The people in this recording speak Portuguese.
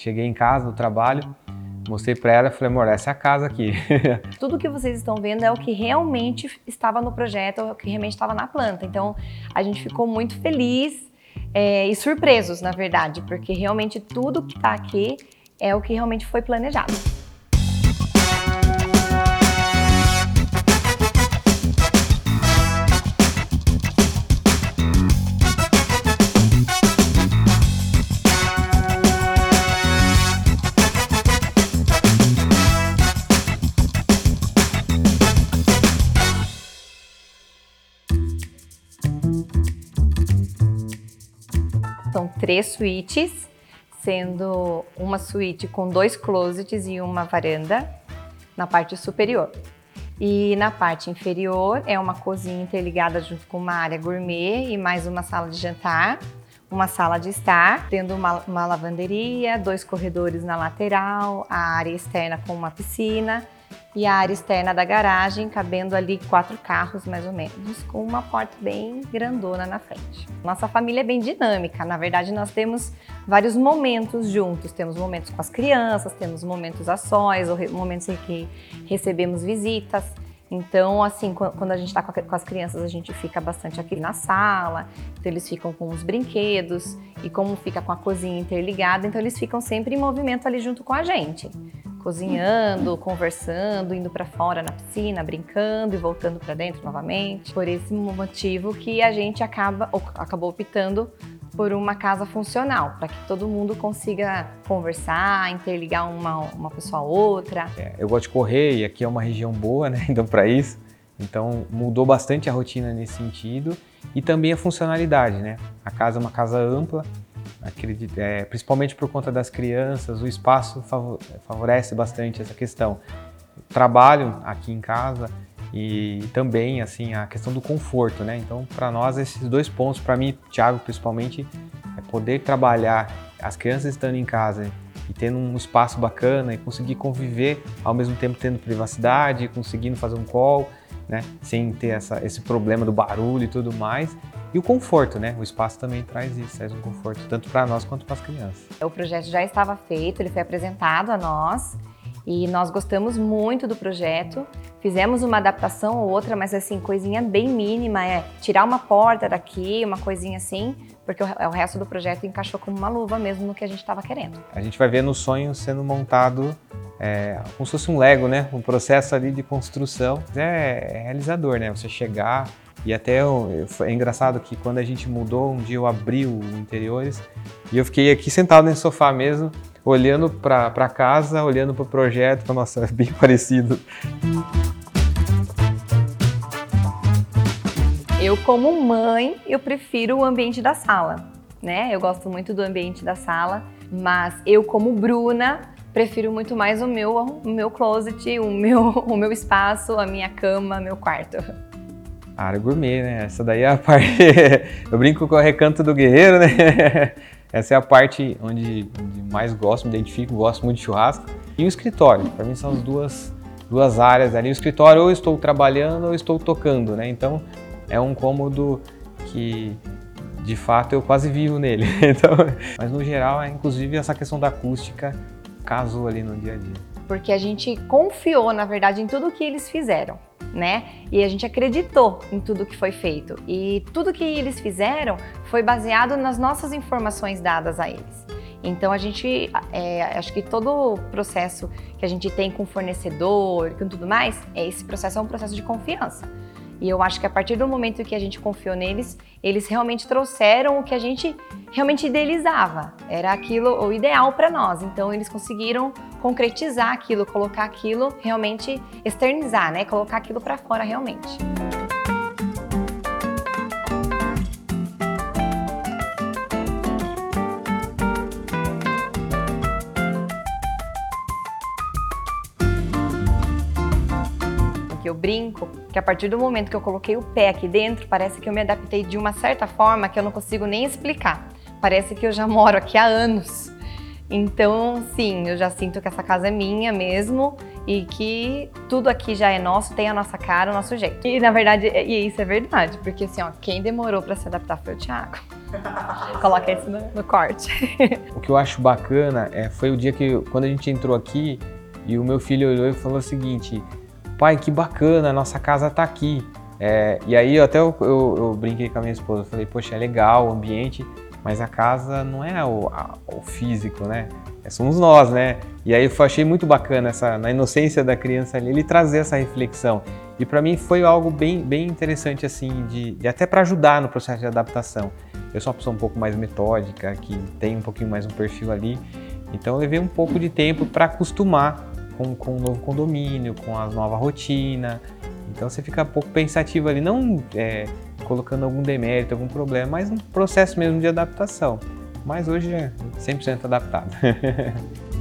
Cheguei em casa, no trabalho, mostrei para ela e falei, amor, essa é a casa aqui. Tudo que vocês estão vendo é o que realmente estava no projeto, é o que realmente estava na planta. Então, a gente ficou muito feliz e surpresos, na verdade, porque realmente tudo que está aqui é o que realmente foi planejado. São 3 suítes, sendo uma suíte com 2 closets e uma varanda na parte superior. E na parte inferior é uma cozinha interligada junto com uma área gourmet e mais uma sala de jantar, uma sala de estar, tendo uma lavanderia, 2 corredores na lateral, a área externa com uma piscina e a área externa da garagem, cabendo ali 4 carros mais ou menos, com uma porta bem grandona na frente. Nossa família é bem dinâmica, na verdade nós temos vários momentos juntos, temos momentos com as crianças, temos momentos a sós, ou momentos em que recebemos visitas. Então, assim, quando a gente está com as crianças, a gente fica bastante aqui na sala, então eles ficam com os brinquedos, e como fica com a cozinha interligada, então eles ficam sempre em movimento ali junto com a gente. Cozinhando, conversando, indo para fora na piscina, brincando e voltando para dentro novamente. Por esse motivo que a gente acabou optando por uma casa funcional, para que todo mundo consiga conversar, interligar uma pessoa a outra. Eu gosto de correr e aqui é uma região boa, né? Então para isso, então mudou bastante a rotina nesse sentido e também a funcionalidade, né? A casa é uma casa ampla, principalmente por conta das crianças, o espaço favorece bastante essa questão. Trabalho aqui em casa e também assim a questão do conforto, né? Então, para nós esses 2 pontos, para mim, Thiago, principalmente, é poder trabalhar, as crianças estando em casa e tendo um espaço bacana e conseguir conviver, ao mesmo tempo tendo privacidade, conseguindo fazer um call, né? Sem ter esse problema do barulho e tudo mais. E o conforto, né? O espaço também traz isso, traz um conforto, tanto para nós quanto para as crianças. O projeto já estava feito, ele foi apresentado a nós e nós gostamos muito do projeto. Fizemos uma adaptação ou outra, mas assim, coisinha bem mínima, tirar uma porta daqui, uma coisinha assim, porque o resto do projeto encaixou como uma luva mesmo no que a gente estava querendo. A gente vai ver no sonho sendo montado como se fosse um Lego, né? Um processo ali de construção. É realizador, né? Você chegar e até é engraçado que quando a gente mudou, um dia eu abri o interiores e eu fiquei aqui sentado no sofá mesmo, olhando para casa, olhando para o projeto, nossa, é bem parecido. Eu, como mãe, eu prefiro o ambiente da sala, né? Eu gosto muito do ambiente da sala, mas eu, como Bruna, prefiro muito mais o meu closet, o meu espaço, a minha cama, meu quarto. A área gourmet, né? Essa daí é a parte... Eu brinco com o recanto do guerreiro, né? Essa é a parte onde mais gosto, me identifico, gosto muito de churrasco. E o escritório, para mim são as duas áreas ali. O escritório ou eu estou trabalhando ou eu estou tocando, né? Então é um cômodo que de fato eu quase vivo nele. Então, mas no geral, inclusive essa questão da acústica casou ali no dia a dia. Porque a gente confiou, na verdade, em tudo que eles fizeram, né? E a gente acreditou em tudo que foi feito. E tudo que eles fizeram foi baseado nas nossas informações dadas a eles. Então a gente, acho que todo o processo que a gente tem com o fornecedor, com tudo mais, esse processo é um processo de confiança. E eu acho que a partir do momento que a gente confiou neles, eles realmente trouxeram o que a gente realmente idealizava. Era aquilo o ideal para nós. Então eles conseguiram concretizar aquilo, colocar aquilo, realmente externizar, né? Colocar aquilo para fora realmente. Eu brinco que a partir do momento que eu coloquei o pé aqui dentro, parece que eu me adaptei de uma certa forma que eu não consigo nem explicar. Parece que eu já moro aqui há anos. Então, sim, eu já sinto que essa casa é minha mesmo e que tudo aqui já é nosso, tem a nossa cara, o nosso jeito. E, na verdade, isso é verdade, porque assim, ó, quem demorou para se adaptar foi o Thiago. Coloca isso no corte. O que eu acho bacana foi o dia quando a gente entrou aqui e o meu filho olhou e falou o seguinte: pai, que bacana, a nossa casa tá aqui. E aí eu brinquei com a minha esposa, falei, poxa, é legal o ambiente, mas a casa não é o físico, né? Somos nós, né? E aí eu achei muito bacana, na inocência da criança ali, ele trazer essa reflexão. E para mim foi algo bem interessante, assim, de até para ajudar no processo de adaptação. Eu sou uma pessoa um pouco mais metódica, que tem um pouquinho mais um perfil ali, então eu levei um pouco de tempo para acostumar com o novo condomínio, com a nova rotina. Então você fica um pouco pensativo ali, não colocando algum demérito, algum problema, mas um processo mesmo de adaptação. Mas hoje é 100% adaptado.